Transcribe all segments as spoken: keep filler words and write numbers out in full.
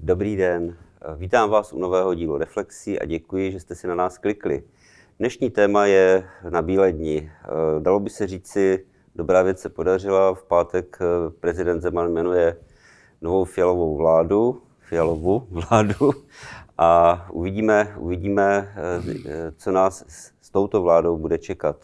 Dobrý den, vítám vás u nového dílu Reflexí a děkuji, že jste si na nás klikli. Dnešní téma je na bílé dni. Dalo by se říci, dobrá věc se podařila. V pátek prezident Zeman jmenuje novou Fialovou vládu, Fialovu vládu a uvidíme, uvidíme, co nás s touto vládou bude čekat.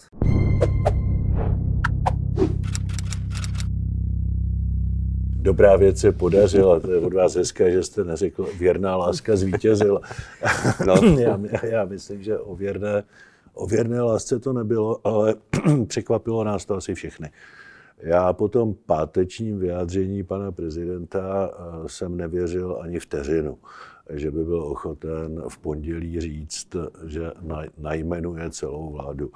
Dobrá věc se podařila, to je od vás hezké, že jste neřekl, věrná láska zvítězila. No. já, já myslím, že o věrné, o věrné lásce to nebylo, ale překvapilo nás to asi všechny. Já po tom pátečním vyjádření pana prezidenta jsem nevěřil ani vteřinu, že by byl ochoten v pondělí říct, že najmenuje celou vládu.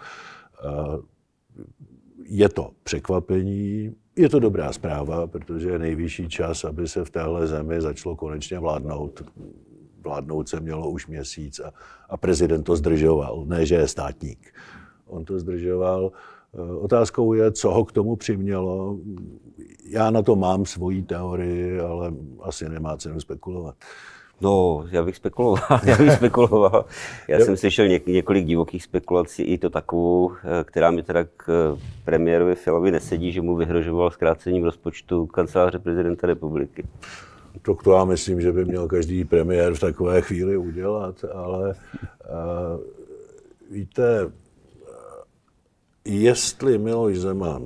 Je to překvapení, je to dobrá zpráva, protože je nejvyšší čas, aby se v téhle zemi začalo konečně vládnout. Vládnout se mělo už měsíc a, a prezident to zdržoval, ne, že je státník. On to zdržoval. Otázkou je, co ho k tomu přimělo. Já na to mám svoji teorii, ale asi nemá cenu spekulovat. No, já bych spekuloval, já bych spekuloval. Já jsem slyšel něk- několik divokých spekulací, i to takovou, která mi teda k premiérovi Fialovi nesedí, že mu vyhrožoval zkrácením rozpočtu kanceláře prezidenta republiky. To, to já myslím, že by měl každý premiér v takové chvíli udělat, ale uh, víte, jestli Miloš Zeman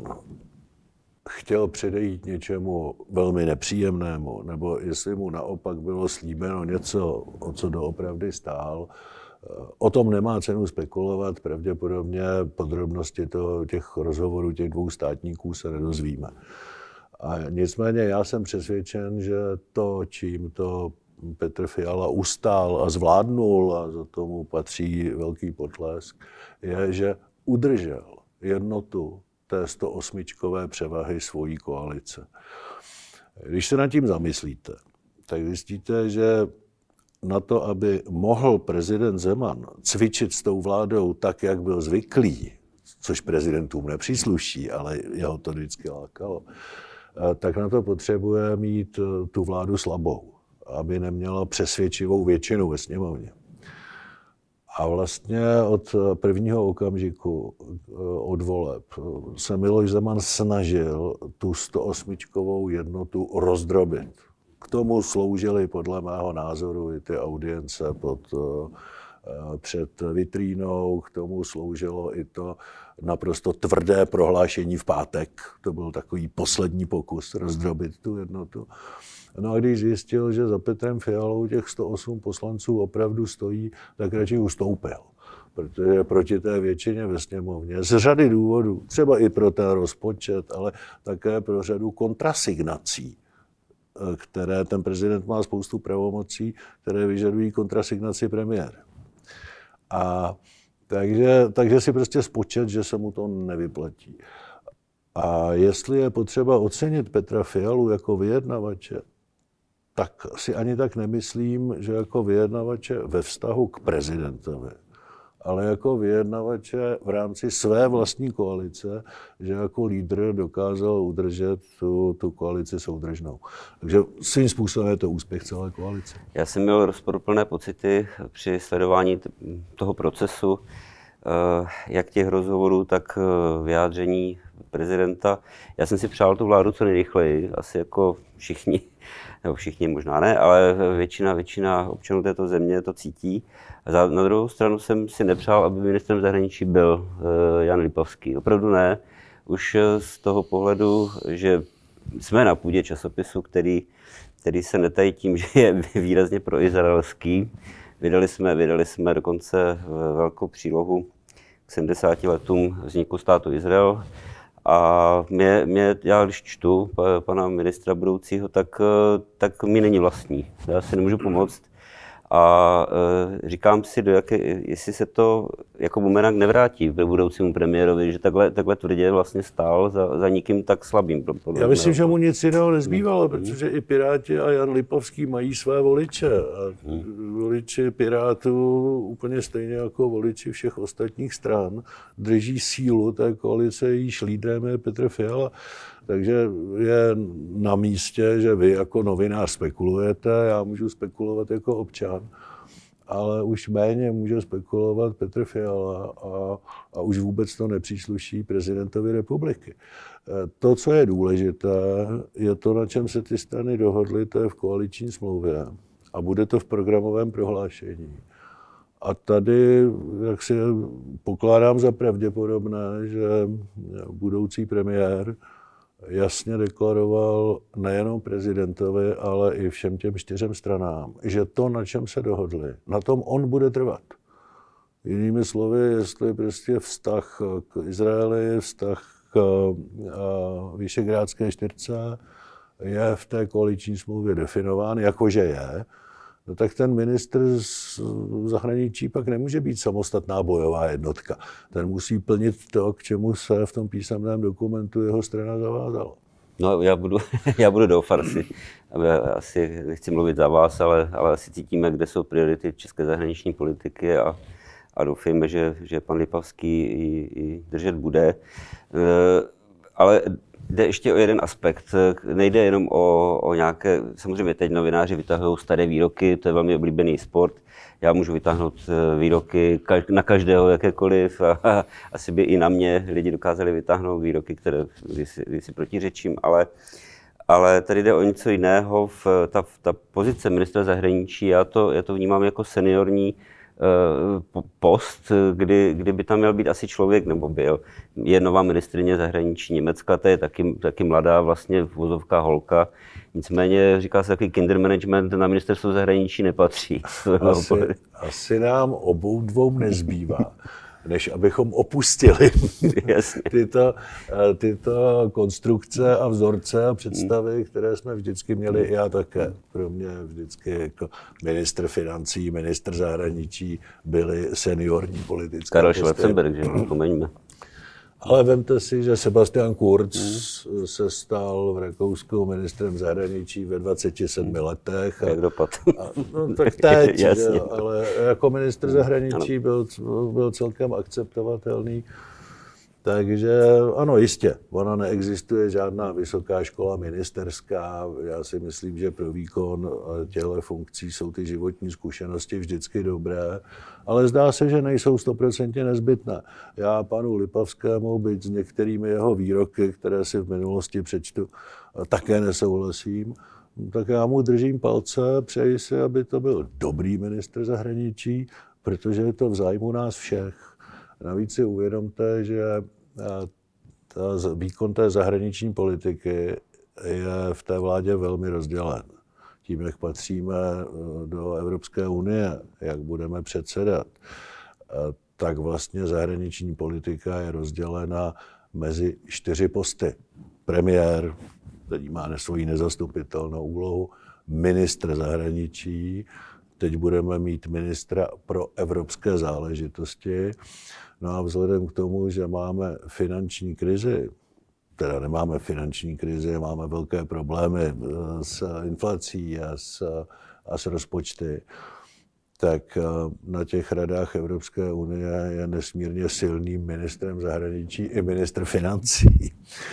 chtěl předejít něčemu velmi nepříjemnému, nebo jestli mu naopak bylo slíbeno něco, o co doopravdy stál, o tom nemá cenu spekulovat, pravděpodobně podrobnosti toho, těch rozhovorů těch dvou státníků se nedozvíme. A nicméně já jsem přesvědčen, že to, čím to Petr Fiala ustál a zvládnul, a za tomu patří velký potlesk, je, že udržel jednotu té sto osmičkové převahy svojí koalice. Když se nad tím zamyslíte, tak zjistíte, že na to, aby mohl prezident Zeman cvičit s tou vládou tak, jak byl zvyklý, což prezidentům nepřísluší, ale jeho to vždycky lákalo, tak na to potřebuje mít tu vládu slabou, aby neměla přesvědčivou většinu ve sněmovně. A vlastně od prvního okamžiku od voleb se Miloš Zeman snažil tu sto osmičkovou jednotu rozdrobit. K tomu sloužily podle mého názoru i ty audience pod, před vitrínou, k tomu sloužilo i to naprosto tvrdé prohlášení v pátek. To byl takový poslední pokus rozdrobit tu jednotu. No a když zjistil, že za Petrem Fialou těch sto osm poslanců opravdu stojí, tak radši ustoupil. Protože proti té většině ve sněmovně z řady důvodů, třeba i pro ten rozpočet, ale také pro řadu kontrasignací, které ten prezident má spoustu pravomocí, které vyžadují kontrasignaci premiéra. A takže, takže si prostě spočet, že se mu to nevyplatí. A jestli je potřeba ocenit Petra Fialu jako vyjednavače, tak si ani tak nemyslím, že jako vyjednavače ve vztahu k prezidentovi, ale jako vyjednavače v rámci své vlastní koalice, že jako lídr dokázal udržet tu, tu koalici soudržnou. Takže svým způsobem je to úspěch celé koalice. Já jsem měl rozporuplné pocity při sledování toho procesu, jak těch rozhovorů, tak vyjádření prezidenta. Já jsem si přál tu vládu co nejrychleji, asi jako všichni, nebo všichni možná ne, ale většina, většina občanů této země to cítí. A na druhou stranu jsem si nepřál, aby ministrem zahraničí byl Jan Lipavský. Opravdu ne. Už z toho pohledu, že jsme na půdě časopisu, který, který se netají tím, že je výrazně proizraelský. Vydali jsme, vydali jsme dokonce velkou přílohu k sedmdesáti letům vzniku státu Izrael. A mě, mě, já když čtu pana ministra budoucího, tak, tak mi není vlastní. Já si nemůžu pomoct. A e, říkám si, do jaké, jestli se to jako bumerang nevrátí ve budoucímu premiérovi, že takhle, takhle tvrdě vlastně stál za, za nikým tak slabým. Já myslím, že mu nic jiného nezbývalo, protože i Piráti a Jan Lipovský mají své voliče. A voliči Pirátů, úplně stejně jako voliči všech ostatních stran, drží sílu té koalice, jejíž lídrem je Petr Fiala. Takže je na místě, že vy jako novinář spekulujete, já můžu spekulovat jako občan, ale už méně může spekulovat Petr Fiala a, a už vůbec to nepřísluší prezidentovi republiky. To, co je důležité, je to, na čem se ty strany dohodly, to je v koaliční smlouvě a bude to v programovém prohlášení. A tady, jak si pokládám za pravděpodobné, že budoucí premiér jasně deklaroval nejenom prezidentovi, ale i všem těm čtyřem stranám, že to, na čem se dohodli, na tom on bude trvat. Jinými slovy, jestli prostě vztah k Izraeli, vztah k Visegrádské čtyřce je v té koaliční smlouvě definován, jakože je, no tak ten ministr z zahraničí pak nemůže být samostatná bojová jednotka. Ten musí plnit to, k čemu se v tom písemném dokumentu jeho strana zavázala. No, já budu, já budu doufat, asi, asi nechci mluvit za vás, ale, ale asi cítíme, kde jsou priority české zahraniční politiky a, a doufejme, že, že pan Lipavský ji, ji držet bude. E, ale jde ještě o jeden aspekt. Nejde jenom o, o nějaké, samozřejmě teď novináři vytahují staré výroky, to je velmi oblíbený sport. Já můžu vytáhnout výroky na každého jakékoliv a, a asi by i na mě lidi dokázali vytáhnout výroky, které kdy si, kdy si protiřečím, ale, ale tady jde o něco jiného. V, ta, ta pozice ministra zahraničí, já to, já to vnímám jako seniorní post, kdy, kdy by tam měl být asi člověk, nebo byl. Je nová ministryně zahraničí Německa, to je taky, taky mladá vlastně vozovká holka. Nicméně říká se takový kinder management na ministerstvo zahraničí nepatří. Asi, asi nám obou dvou nezbývá, než abychom opustili tyto, tyto konstrukce a vzorce a představy, které jsme vždycky měli, i já také. Pro mě vždycky jako ministr financí, ministr zahraničí byli seniorní politické. Karel Schwarzenberg, že vzpomeňme. Ale vemte si, že Sebastian Kurz hmm. se stal v Rakousku ministrem zahraničí ve dvaceti sedmi letech. A, Jak dopad? A, no, tak teď, že, ale jako ministr zahraničí byl, byl celkem akceptovatelný. Takže ano, jistě, ona neexistuje žádná vysoká škola ministerská. Já si myslím, že pro výkon těchto funkcí jsou ty životní zkušenosti vždycky dobré, ale zdá se, že nejsou stoprocentně nezbytné. Já panu Lipavskému, byť s některými jeho výroky, které si v minulosti přečtu, také nesouhlasím, tak já mu držím palce, přeji si, aby to byl dobrý ministr zahraničí, protože je to v zájmu nás všech. Navíc si uvědomte, že ta, výkon té zahraniční politiky je v té vládě velmi rozdělen. Tím, jak patříme do Evropské unie, jak budeme předsedat, tak vlastně zahraniční politika je rozdělena mezi čtyři posty. Premiér, který má svoji nezastupitelnou úlohu, ministr zahraničí, teď budeme mít ministra pro evropské záležitosti. No a vzhledem k tomu, že máme finanční krizi, teda nemáme finanční krizi, máme velké problémy s inflací a s, a s rozpočty, tak na těch radách Evropské unie je nesmírně silným ministrem zahraničí i ministr financí.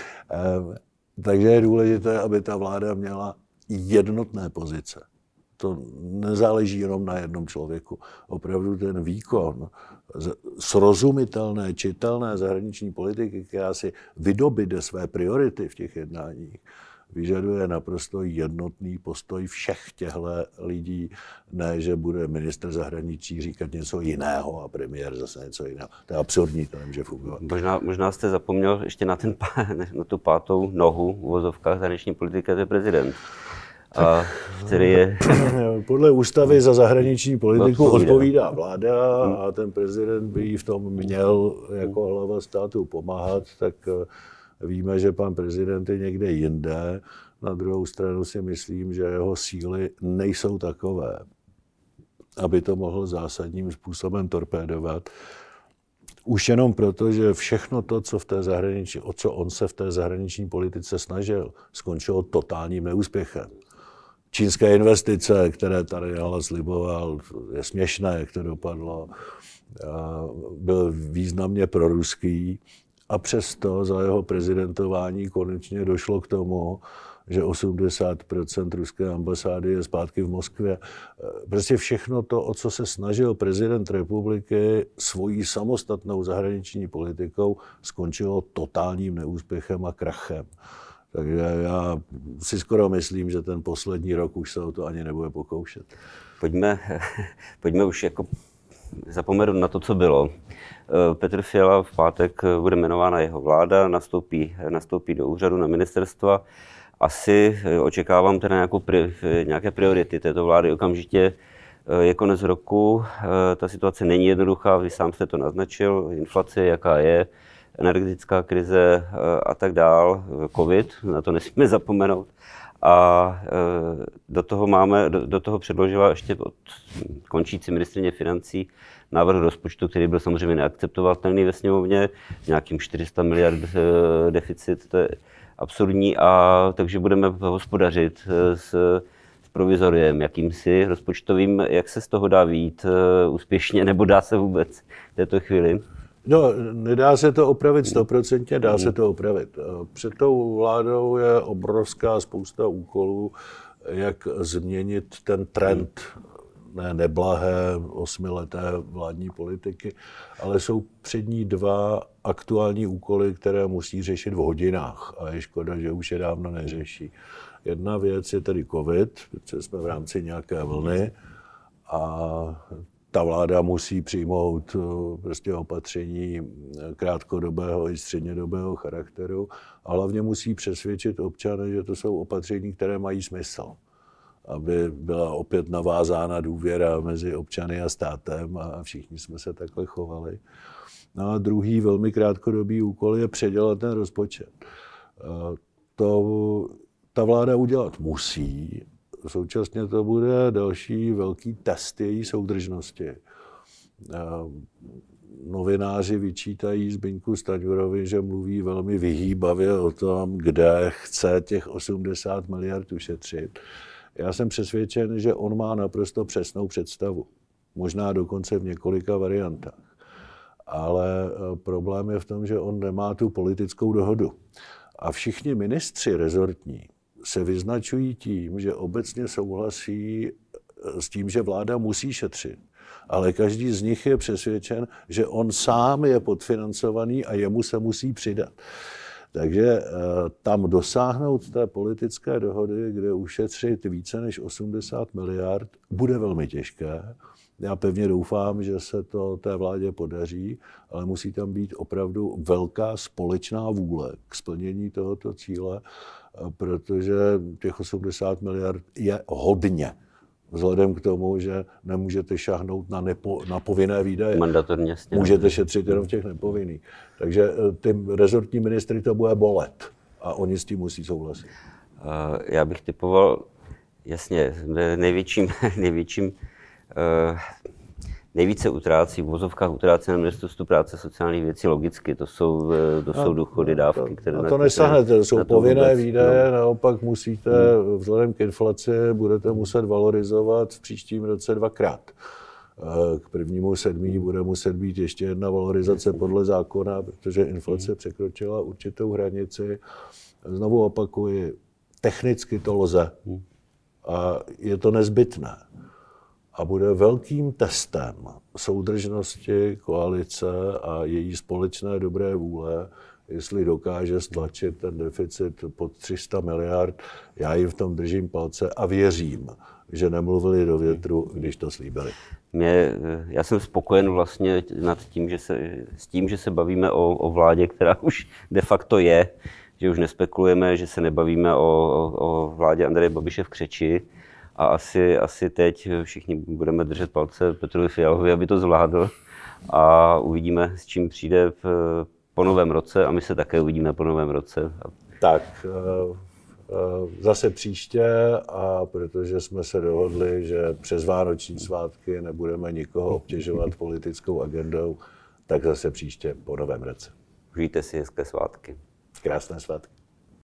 Takže je důležité, aby ta vláda měla jednotné pozice. To nezáleží jenom na jednom člověku. Opravdu ten výkon srozumitelné, čitelné zahraniční politiky, která si vydobyde své priority v těch jednáních, vyžaduje naprosto jednotný postoj všech těchto lidí, ne, že bude ministr zahraničí říkat něco jiného a premiér zase něco jiného. To je absurdní, to nemůže fungovat. Možná, možná jste zapomněl ještě na, ten, na tu pátou nohu v uvozovkách zahraniční politiky, to je prezident. A který je... Podle ústavy za zahraniční politiku odpovídá vláda a ten prezident by jí v tom měl jako hlava státu pomáhat, tak víme, že pan prezident je někde jinde. Na druhou stranu si myslím, že jeho síly nejsou takové, aby to mohl zásadním způsobem torpédovat. Už jenom proto, že všechno to, co v té zahraniční, o co on se v té zahraniční politice snažil, skončilo totálním neúspěchem. Čínské investice, které tady ale sliboval, je směšné, jak to dopadlo. Byl významně proruský a přesto za jeho prezidentování konečně došlo k tomu, že osmdesát procent ruské ambasády je zpátky v Moskvě. Prostě všechno to, o co se snažil prezident republiky svojí samostatnou zahraniční politikou, skončilo totálním neúspěchem a krachem. Takže já si skoro myslím, že ten poslední rok už se o to ani nebude pokoušet. Pojďme, pojďme už jako zapomenout na to, co bylo. Petr Fiala v pátek bude jmenována jeho vláda, nastoupí, nastoupí do úřadu na ministerstva. Asi očekávám teda nějakou, nějaké priority této vlády. Okamžitě je konec roku, ta situace není jednoduchá, vy sám jste to naznačil, inflace, jaká je, energetická krize a tak dál, covid, na to nesmíme zapomenout. A do toho máme, do, do toho předložila ještě od končící ministryně financí návrh rozpočtu, který byl samozřejmě neakceptovatelný ve sněmovně, nějakým čtyři sta miliard deficit, to je absurdní, a takže budeme hospodařit s, s provizoriem jakýmsi rozpočtovým. Jak se z toho dá vyjít úspěšně, nebo dá se vůbec v této chvíli? No, nedá se to opravit stoprocentně, dá se to opravit. Před tou vládou je obrovská spousta úkolů, jak změnit ten trend ne neblahé osmileté vládní politiky, ale jsou před ní dva aktuální úkoly, které musí řešit v hodinách a je škoda, že už je dávno neřeší. Jedna věc je tedy covid, protože jsme v rámci nějaké vlny a ta vláda musí přijmout prostě opatření krátkodobého i střednědobého charakteru a hlavně musí přesvědčit občany, že to jsou opatření, které mají smysl, aby byla opět navázána důvěra mezi občany a státem a všichni jsme se takhle chovali. No a druhý velmi krátkodobý úkol je předělat ten rozpočet. To ta vláda udělat musí. Současně to bude další velký test její soudržnosti. Novináři vyčítají Zbyňku Stanjurovi, že mluví velmi vyhýbavě o tom, kde chce těch osmdesát miliard ušetřit. Já jsem přesvědčen, že on má naprosto přesnou představu. Možná dokonce v několika variantách. Ale problém je v tom, že on nemá tu politickou dohodu. A všichni ministři rezortní se vyznačují tím, že obecně souhlasí s tím, že vláda musí šetřit. Ale každý z nich je přesvědčen, že on sám je podfinancovaný a jemu se musí přidat. Takže tam dosáhnout té politické dohody, kde ušetřit více než osmdesát miliard, bude velmi těžké. Já pevně doufám, že se to té vládě podaří, ale musí tam být opravdu velká společná vůle k splnění tohoto cíle, protože těch osmdesát miliard je hodně. Vzhledem k tomu, že nemůžete šáhnout na, nepo, na povinné výdaje. Mandatorně. Můžete šetřit jenom v těch nepovinných. Takže ty rezortní ministry to bude bolet. A oni s tím musí souhlasit. Já bych typoval, jasně, největším, největším nejvíce utrácí, v vozovkách utrácí na ministerstvu práce sociálních věcí logicky. To jsou, to jsou důchody, dávky, které... A to nesáhnete, to jsou povinné vůbec, výdaje, no. Naopak musíte, vzhledem k inflaci, budete muset valorizovat v příštím roce dvakrát. K prvnímu sedmí bude muset být ještě jedna valorizace podle zákona, protože inflace překročila určitou hranici. Znovu opakuji, technicky to lze a je to nezbytné. A bude velkým testem soudržnosti koalice a její společné dobré vůle, jestli dokáže stlačit ten deficit pod tři sta miliard. Já jim v tom držím palce a věřím, že nemluvili do větru, když to slíbili. Mě, já jsem spokojen vlastně nad tím, že se, s tím, že se bavíme o, o vládě, která už de facto je, že už nespekulujeme, že se nebavíme o, o, o vládě Andreje Babiše v křeči. A asi, asi teď všichni budeme držet palce Petrovi Fialovi, aby to zvládl. A uvidíme, s čím přijde v, po novém roce. A my se také uvidíme po novém roce. Tak zase příště, a protože jsme se dohodli, že přes vánoční svátky nebudeme nikoho obtěžovat politickou agendou, tak zase příště po novém roce. Užijte si hezké svátky. Krásné svátky.